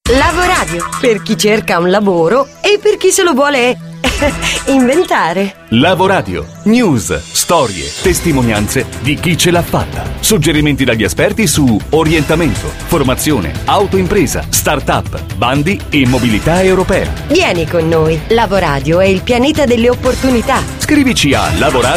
Lavoradio, per chi cerca un lavoro e per chi se lo vuole inventare. Lavoradio, news, storie, testimonianze di chi ce l'ha fatta. Suggerimenti dagli esperti su orientamento, formazione, autoimpresa, start-up, bandi e mobilità europea. Vieni con noi. Lavoradio è il pianeta delle opportunità. Scrivici a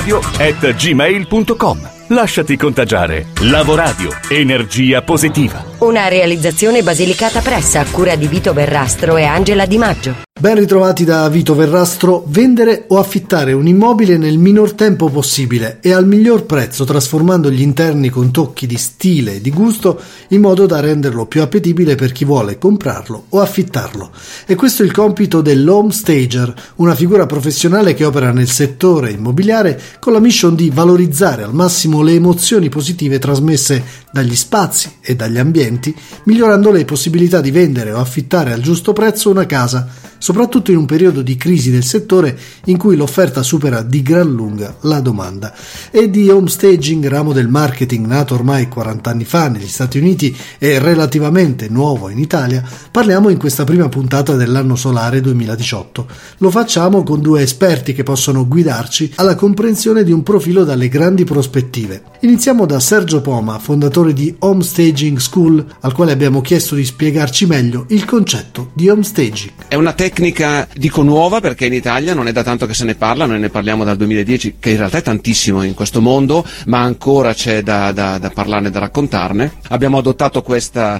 lavoradio@gmail.com. Lasciati contagiare. Lavoradio, energia positiva. Una realizzazione Basilicata Press a cura di Vito Verrastro e Angela Di Maggio. Ben ritrovati da Vito Verrastro. Vendere o affittare un immobile nel minor tempo possibile e al miglior prezzo, trasformando gli interni con tocchi di stile e di gusto in modo da renderlo più appetibile per chi vuole comprarlo o affittarlo. E questo è il compito dell'home stager, una figura professionale che opera nel settore immobiliare con la mission di valorizzare al massimo le emozioni positive trasmesse dagli spazi e dagli ambienti, migliorando le possibilità di vendere o affittare al giusto prezzo una casa, soprattutto in un periodo di crisi del settore in cui l'offerta supera di gran lunga la domanda. E di home staging, ramo del marketing nato ormai 40 anni fa negli Stati Uniti e relativamente nuovo in Italia, parliamo in questa prima puntata dell'anno solare 2018. Lo facciamo con due esperti che possono guidarci alla comprensione di un profilo dalle grandi prospettive. Iniziamo da Sergio Poma, fondatore di Home Staging School, al quale abbiamo chiesto di spiegarci meglio il concetto di home staging. È una tecnica, dico nuova, perché in Italia non è da tanto che se ne parla, noi ne parliamo dal 2010, che in realtà è tantissimo in questo mondo, ma ancora c'è da parlarne, da raccontarne. Abbiamo adottato questa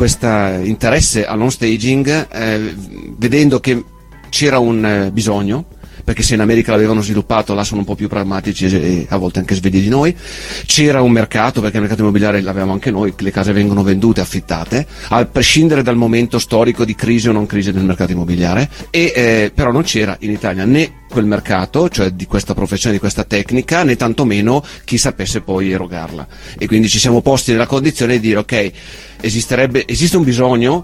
interesse all'home staging vedendo che c'era un bisogno, perché se in America l'avevano sviluppato, là sono un po' più pragmatici e a volte anche svegli di noi. C'era un mercato, perché il mercato immobiliare l'avevamo anche noi, le case vengono vendute, affittate, a prescindere dal momento storico di crisi o non crisi del mercato immobiliare, e però non c'era in Italia né quel mercato, cioè di questa professione, di questa tecnica, né tantomeno chi sapesse poi erogarla. E quindi ci siamo posti nella condizione di dire ok, esiste un bisogno,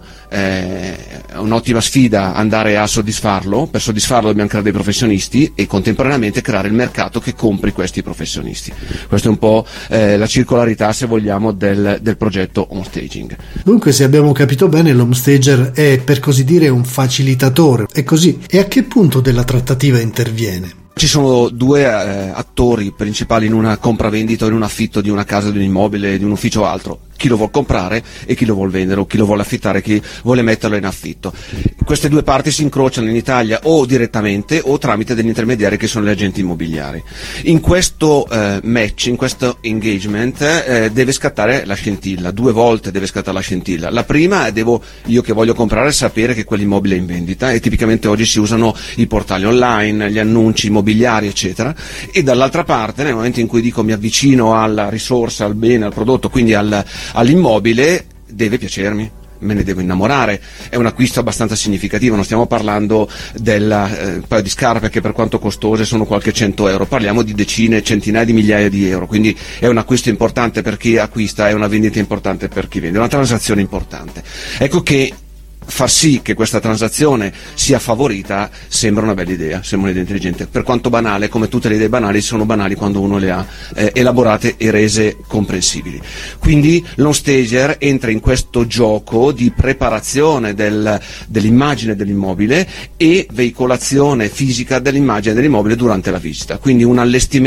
è un'ottima sfida andare a soddisfarlo. Per soddisfarlo dobbiamo creare dei professionisti e contemporaneamente creare il mercato che compri questi professionisti. Questa è un po' la circolarità, se vogliamo, del progetto home staging. Dunque, se abbiamo capito bene, l'home stager è, per così dire, un facilitatore. È così. E a che punto della trattativa interviene? Ci sono due attori principali in una compravendita o in un affitto di una casa, di un immobile, di un ufficio o altro: chi lo vuol comprare e chi lo vuol vendere, o chi lo vuole affittare e chi vuole metterlo in affitto. Queste due parti si incrociano in Italia o direttamente o tramite degli intermediari che sono gli agenti immobiliari. In questo match, in questo engagement deve scattare la scintilla, 2 volte deve scattare la scintilla. La prima è io che voglio comprare sapere che quell'immobile è in vendita, e tipicamente oggi si usano i portali online, gli annunci immobiliari eccetera, e dall'altra parte nel momento in cui dico mi avvicino alla risorsa, al bene, al prodotto, quindi all'immobile, deve piacermi, me ne devo innamorare. È un acquisto abbastanza significativo, non stiamo parlando del paio di scarpe che per quanto costose sono qualche 100 euro, parliamo di decine, centinaia di migliaia di euro, quindi è un acquisto importante per chi acquista, è una vendita importante per chi vende, è una transazione importante. Ecco che far sì che questa transazione sia favorita sembra una bella idea, sembra un'idea intelligente, per quanto banale. Come tutte le idee banali, sono banali quando uno le ha elaborate e rese comprensibili. Quindi l'home stager entra in questo gioco di preparazione dell'immagine dell'immobile e veicolazione fisica dell'immagine dell'immobile durante la visita, quindi un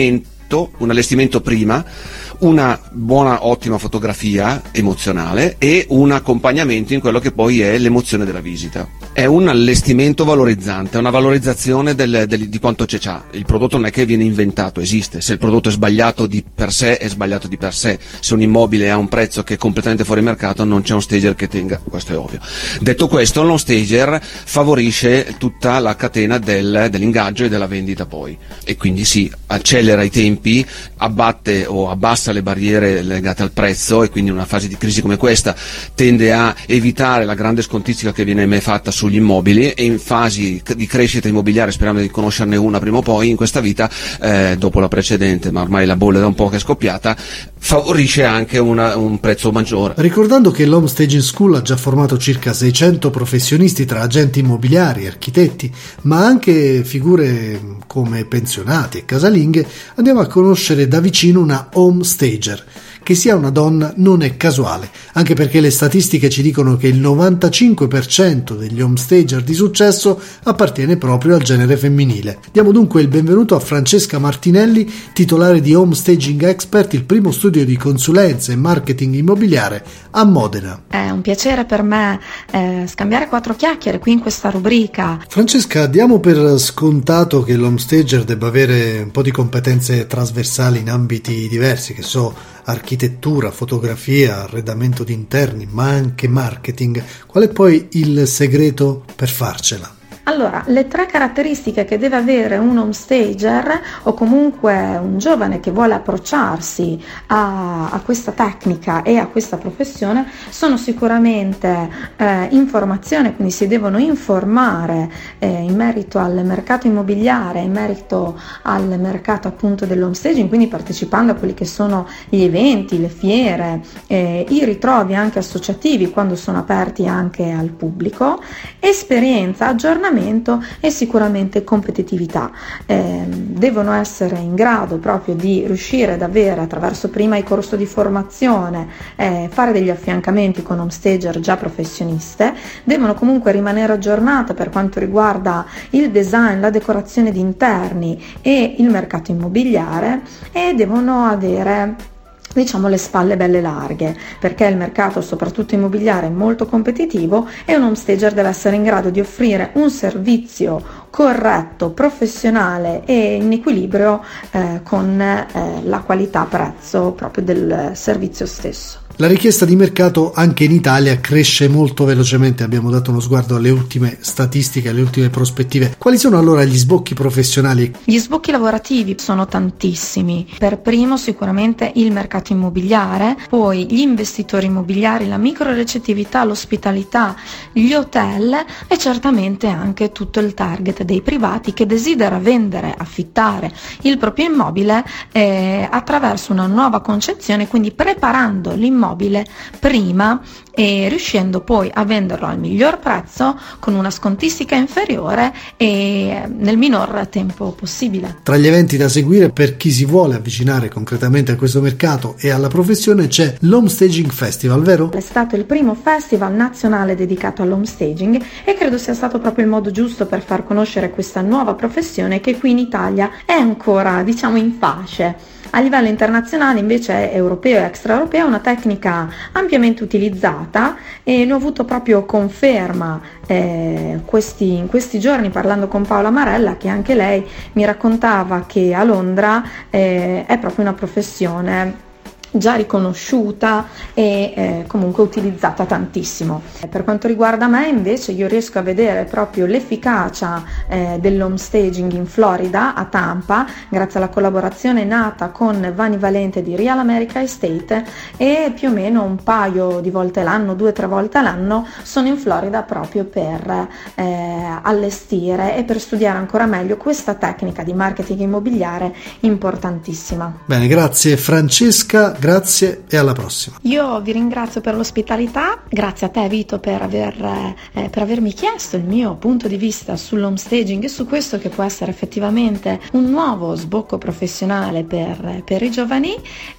allestimento prima, una buona, ottima fotografia emozionale e un accompagnamento in quello che poi è l'emozione della visita. È un allestimento valorizzante, è una valorizzazione di quanto c'è già. Il prodotto non è che viene inventato, esiste. Se il prodotto è sbagliato di per sé, è sbagliato di per sé. Se un immobile ha un prezzo che è completamente fuori mercato, non c'è un stager che tenga, questo è ovvio. Detto questo, l'home stager favorisce tutta la catena dell'ingaggio e della vendita poi, e quindi si accelera i tempi, abbatte o abbassa le barriere legate al prezzo, e quindi in una fase di crisi come questa tende a evitare la grande scontistica che viene mai fatta sugli immobili, e in fasi di crescita immobiliare, speriamo di conoscerne una prima o poi in questa vita, dopo la precedente, ma ormai la bolla da un po' che è scoppiata, favorisce anche un prezzo maggiore. Ricordando che l'Home Staging School ha già formato circa 600 professionisti tra agenti immobiliari, architetti, ma anche figure come pensionati e casalinghe, andiamo a conoscere da vicino una home stager, che sia una donna non è casuale, anche perché le statistiche ci dicono che il 95% degli homestager di successo appartiene proprio al genere femminile. Diamo dunque il benvenuto a Francesca Martinelli, titolare di Homestaging Expert, il primo studio di consulenza e marketing immobiliare a Modena. È un piacere per me scambiare 4 chiacchiere qui in questa rubrica. Francesca, diamo per scontato che l'homestager debba avere un po' di competenze trasversali in ambiti diversi, che so, architettura, fotografia, arredamento di interni, ma anche marketing. Qual è poi il segreto per farcela? Allora, le 3 caratteristiche che deve avere un homestager o comunque un giovane che vuole approcciarsi a questa tecnica e a questa professione sono sicuramente informazione, quindi si devono informare in merito al mercato immobiliare, in merito al mercato appunto dell'homestaging, quindi partecipando a quelli che sono gli eventi, le fiere, i ritrovi anche associativi quando sono aperti anche al pubblico, esperienza, aggiornamento e sicuramente competitività. Devono essere in grado proprio di riuscire ad avere, attraverso prima il corso di formazione, fare degli affiancamenti con homestager già professioniste, devono comunque rimanere aggiornate per quanto riguarda il design, la decorazione di interni e il mercato immobiliare, e devono avere le spalle belle larghe, perché il mercato soprattutto immobiliare è molto competitivo e un homestager deve essere in grado di offrire un servizio corretto, professionale e in equilibrio con la qualità prezzo proprio del servizio stesso. La richiesta di mercato anche in Italia cresce molto velocemente, abbiamo dato uno sguardo alle ultime statistiche, alle ultime prospettive. Quali sono allora gli sbocchi professionali? Gli sbocchi lavorativi sono tantissimi. Per primo sicuramente il mercato immobiliare, poi gli investitori immobiliari, la microrecettività, l'ospitalità, gli hotel e certamente anche tutto il target dei privati che desidera vendere, affittare il proprio immobile attraverso una nuova concezione, quindi preparando l'immobile prima e riuscendo poi a venderlo al miglior prezzo con una scontistica inferiore e nel minor tempo possibile. Tra gli eventi da seguire per chi si vuole avvicinare concretamente a questo mercato e alla professione c'è l'Homestaging Festival, vero? È stato il primo festival nazionale dedicato all'homestaging e credo sia stato proprio il modo giusto per far conoscere questa nuova professione che qui in Italia è ancora in fasce. A livello internazionale invece europeo e extraeuropeo è una tecnica ampiamente utilizzata e ne ho avuto proprio conferma in questi giorni parlando con Paola Marella, che anche lei mi raccontava che a Londra è proprio una professione già riconosciuta e comunque utilizzata tantissimo. Per quanto riguarda me invece io riesco a vedere proprio l'efficacia dell'homestaging in Florida, a Tampa, grazie alla collaborazione nata con Vanni Valente di Real America Estate, e più o meno un paio di volte l'anno, 2 o 3 volte l'anno sono in Florida proprio per allestire e per studiare ancora meglio questa tecnica di marketing immobiliare importantissima. Bene, grazie Francesca. Grazie e alla prossima. Io vi ringrazio per l'ospitalità, grazie a te Vito per avermi chiesto il mio punto di vista sull'homestaging e su questo che può essere effettivamente un nuovo sbocco professionale per i giovani.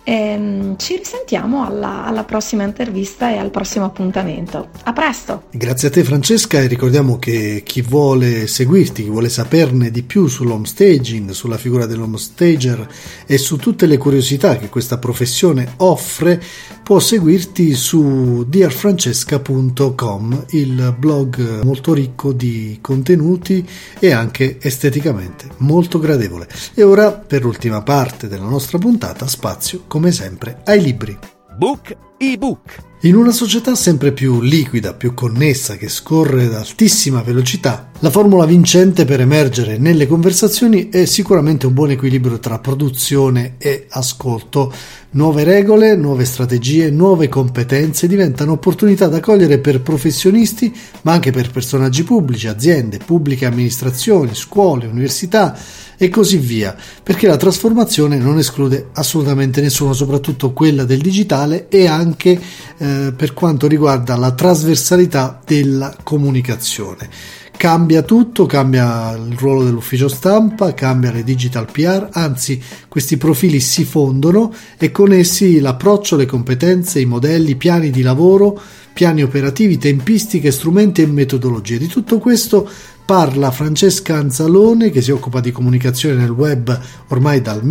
Ci risentiamo alla prossima intervista e al prossimo appuntamento. A presto! Grazie a te Francesca, e ricordiamo che chi vuole seguirti, chi vuole saperne di più sull'homestaging, sulla figura dell'homestager e su tutte le curiosità che questa professione offre, può seguirti su dearfrancesca.com, il blog molto ricco di contenuti e anche esteticamente molto gradevole. E ora, per l'ultima parte della nostra puntata, spazio come sempre ai libri. Book ebook. In una società sempre più liquida, più connessa, che scorre ad altissima velocità, la formula vincente per emergere nelle conversazioni è sicuramente un buon equilibrio tra produzione e ascolto. Nuove regole, nuove strategie, nuove competenze diventano opportunità da cogliere per professionisti, ma anche per personaggi pubblici, aziende, pubbliche amministrazioni, scuole, università e così via, perché la trasformazione non esclude assolutamente nessuno, soprattutto quella del digitale e anche per quanto riguarda la trasversalità della comunicazione. cambia tutto, cambia il ruolo dell'ufficio stampa, cambia le digital PR, anzi questi profili si fondono e con essi l'approccio, le competenze, i modelli, i piani di lavoro, piani operativi, tempistiche, strumenti e metodologie. Di tutto questo parla Francesca Anzalone, che si occupa di comunicazione nel web ormai dal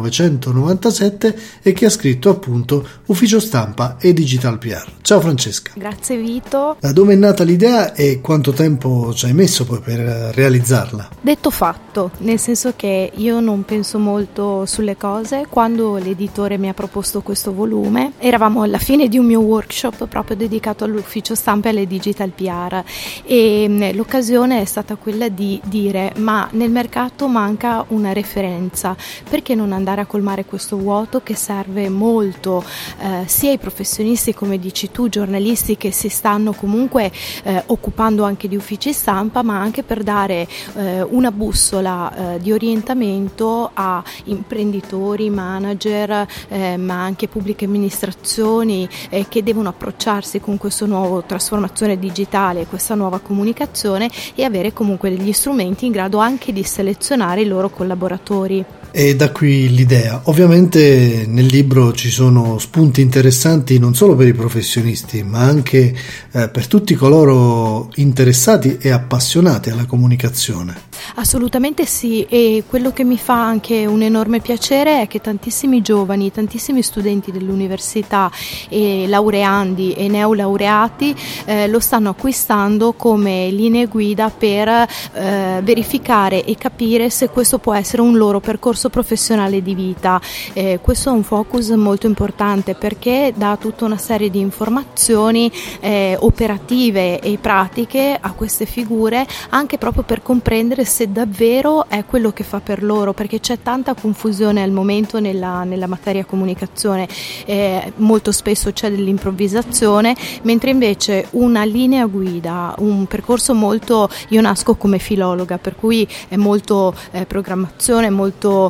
1997 e che ha scritto appunto Ufficio Stampa e Digital PR. Ciao Francesca. Grazie Vito. Da dove è nata l'idea e quanto tempo ci hai messo poi per realizzarla? Detto fatto, nel senso che io non penso molto sulle cose. Quando l'editore mi ha proposto questo volume, eravamo alla fine di un mio workshop proprio dedicato all'ufficio stampa e alle digital PR e l'occasione è stata quella di dire: ma nel mercato manca una referenza, perché non andare a colmare questo vuoto che serve molto sia ai professionisti, come dici tu, giornalisti che si stanno comunque occupando anche di uffici stampa, ma anche per dare una bussola di orientamento a imprenditori, manager, ma anche pubbliche amministrazioni che devono approcciarsi con questa nuova trasformazione digitale, questa nuova comunicazione, e avere comunque degli strumenti in grado anche di selezionare i loro collaboratori. E da qui l'idea. Ovviamente nel libro ci sono spunti interessanti non solo per i professionisti, ma anche per tutti coloro interessati e appassionati alla comunicazione. Assolutamente sì, e quello che mi fa anche un enorme piacere è che tantissimi giovani, tantissimi studenti dell'università e laureandi e neolaureati lo stanno acquistando come linee guida per verificare e capire se questo può essere un loro percorso professionale di vita. Questo è un focus molto importante perché dà tutta una serie di informazioni operative e pratiche a queste figure, anche proprio per comprendere se davvero è quello che fa per loro, perché c'è tanta confusione al momento nella materia comunicazione, molto spesso c'è dell'improvvisazione, mentre invece una linea guida, un percorso molto, io nasco come filologa, per cui è molto programmazione, molto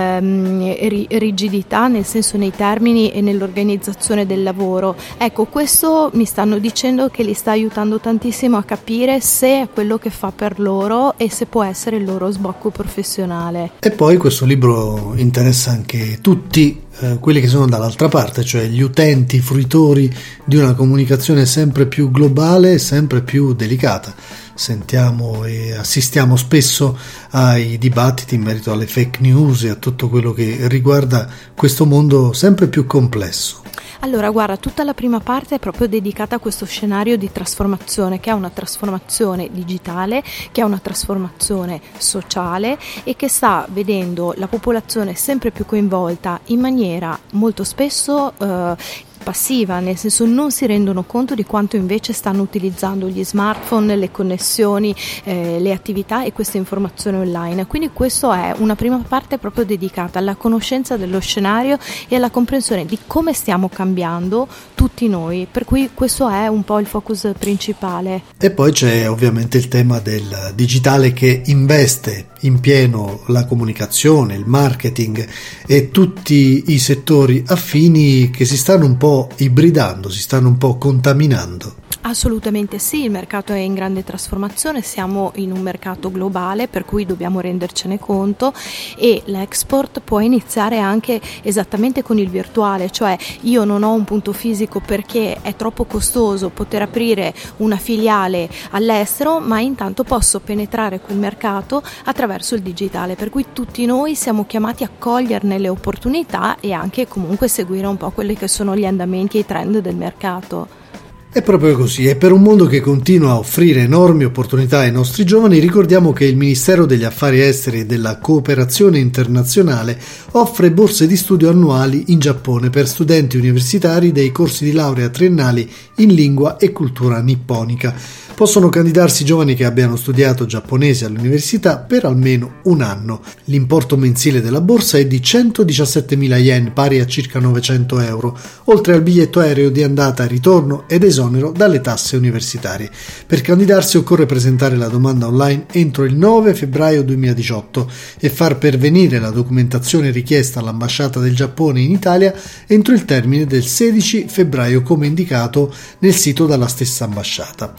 rigidità, nel senso nei termini e nell'organizzazione del lavoro. Ecco, questo mi stanno dicendo che li sta aiutando tantissimo a capire se è quello che fa per loro e se può essere il loro sbocco professionale. E poi questo libro interessa anche tutti quelli che sono dall'altra parte, cioè gli utenti, i fruitori di una comunicazione sempre più globale, sempre più delicata. Sentiamo e assistiamo spesso ai dibattiti in merito alle fake news e a tutto quello che riguarda questo mondo sempre più complesso. Allora, guarda, tutta la prima parte è proprio dedicata a questo scenario di trasformazione, che è una trasformazione digitale, che è una trasformazione sociale e che sta vedendo la popolazione sempre più coinvolta in maniera molto spesso passiva, nel senso non si rendono conto di quanto invece stanno utilizzando gli smartphone, le connessioni, le attività e queste informazioni online. Quindi questo è una prima parte proprio dedicata alla conoscenza dello scenario e alla comprensione di come stiamo cambiando tutti noi, per cui questo è un po' il focus principale. E poi c'è ovviamente il tema del digitale che investe in pieno la comunicazione, il marketing e tutti i settori affini che si stanno un po' ibridando, si stanno un po' contaminando. Assolutamente sì, il mercato è in grande trasformazione, siamo in un mercato globale per cui dobbiamo rendercene conto e l'export può iniziare anche esattamente con il virtuale, cioè io non ho un punto fisico perché è troppo costoso poter aprire una filiale all'estero, ma intanto posso penetrare quel mercato attraverso il digitale, per cui tutti noi siamo chiamati a coglierne le opportunità e anche comunque seguire un po' quelli che sono gli andamenti e i trend del mercato. È proprio così, e per un mondo che continua a offrire enormi opportunità ai nostri giovani, ricordiamo che il Ministero degli Affari Esteri e della Cooperazione Internazionale offre borse di studio annuali in Giappone per studenti universitari dei corsi di laurea triennali in lingua e cultura nipponica. Possono candidarsi giovani che abbiano studiato giapponese all'università per almeno un anno. L'importo mensile della borsa è di 117.000 yen, pari a circa 900 euro, oltre al biglietto aereo di andata e ritorno ed esonero dalle tasse universitarie. Per candidarsi occorre presentare la domanda online entro il 9 febbraio 2018 e far pervenire la documentazione richiesta all'ambasciata del Giappone in Italia entro il termine del 16 febbraio come indicato nel sito dalla stessa ambasciata. Il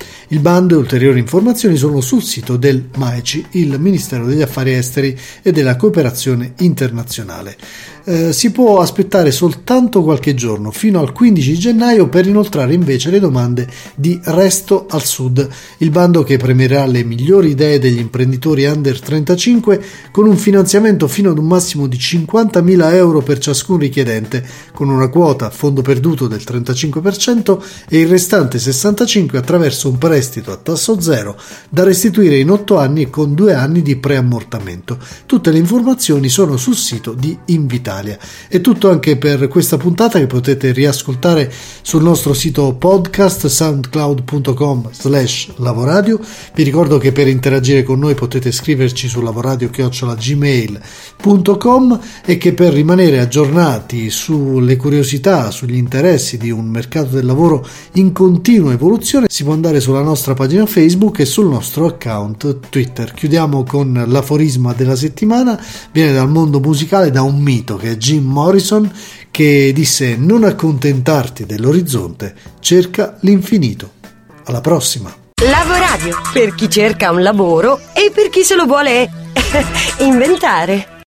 bando e ulteriori informazioni sono sul sito del MAECI, il Ministero degli Affari Esteri e della Cooperazione Internazionale. Si può aspettare soltanto qualche giorno, fino al 15 gennaio, per inoltrare invece le domande di Resto al Sud, il bando che premierà le migliori idee degli imprenditori under 35 con un finanziamento fino ad un massimo di 50.000 euro per ciascun richiedente, con una quota a fondo perduto del 35% e il restante 65% attraverso un prestito a tasso zero da restituire in 8 anni e con 2 anni di preammortamento. Tutte le informazioni sono sul sito di Invitalia. È tutto anche per questa puntata, che potete riascoltare sul nostro sito podcast soundcloud.com/lavoradio. Vi ricordo che per interagire con noi potete scriverci su lavoradio@gmail.com e che per rimanere aggiornati sulle curiosità, sugli interessi di un mercato del lavoro in continua evoluzione, si può andare sulla nostra pagina Facebook e sul nostro account Twitter. Chiudiamo con l'aforisma della settimana, viene dal mondo musicale, da un mito che è Jim Morrison, che disse: non accontentarti dell'orizzonte, cerca l'infinito. Alla prossima. Lavoradio, per chi cerca un lavoro e per chi se lo vuole inventare.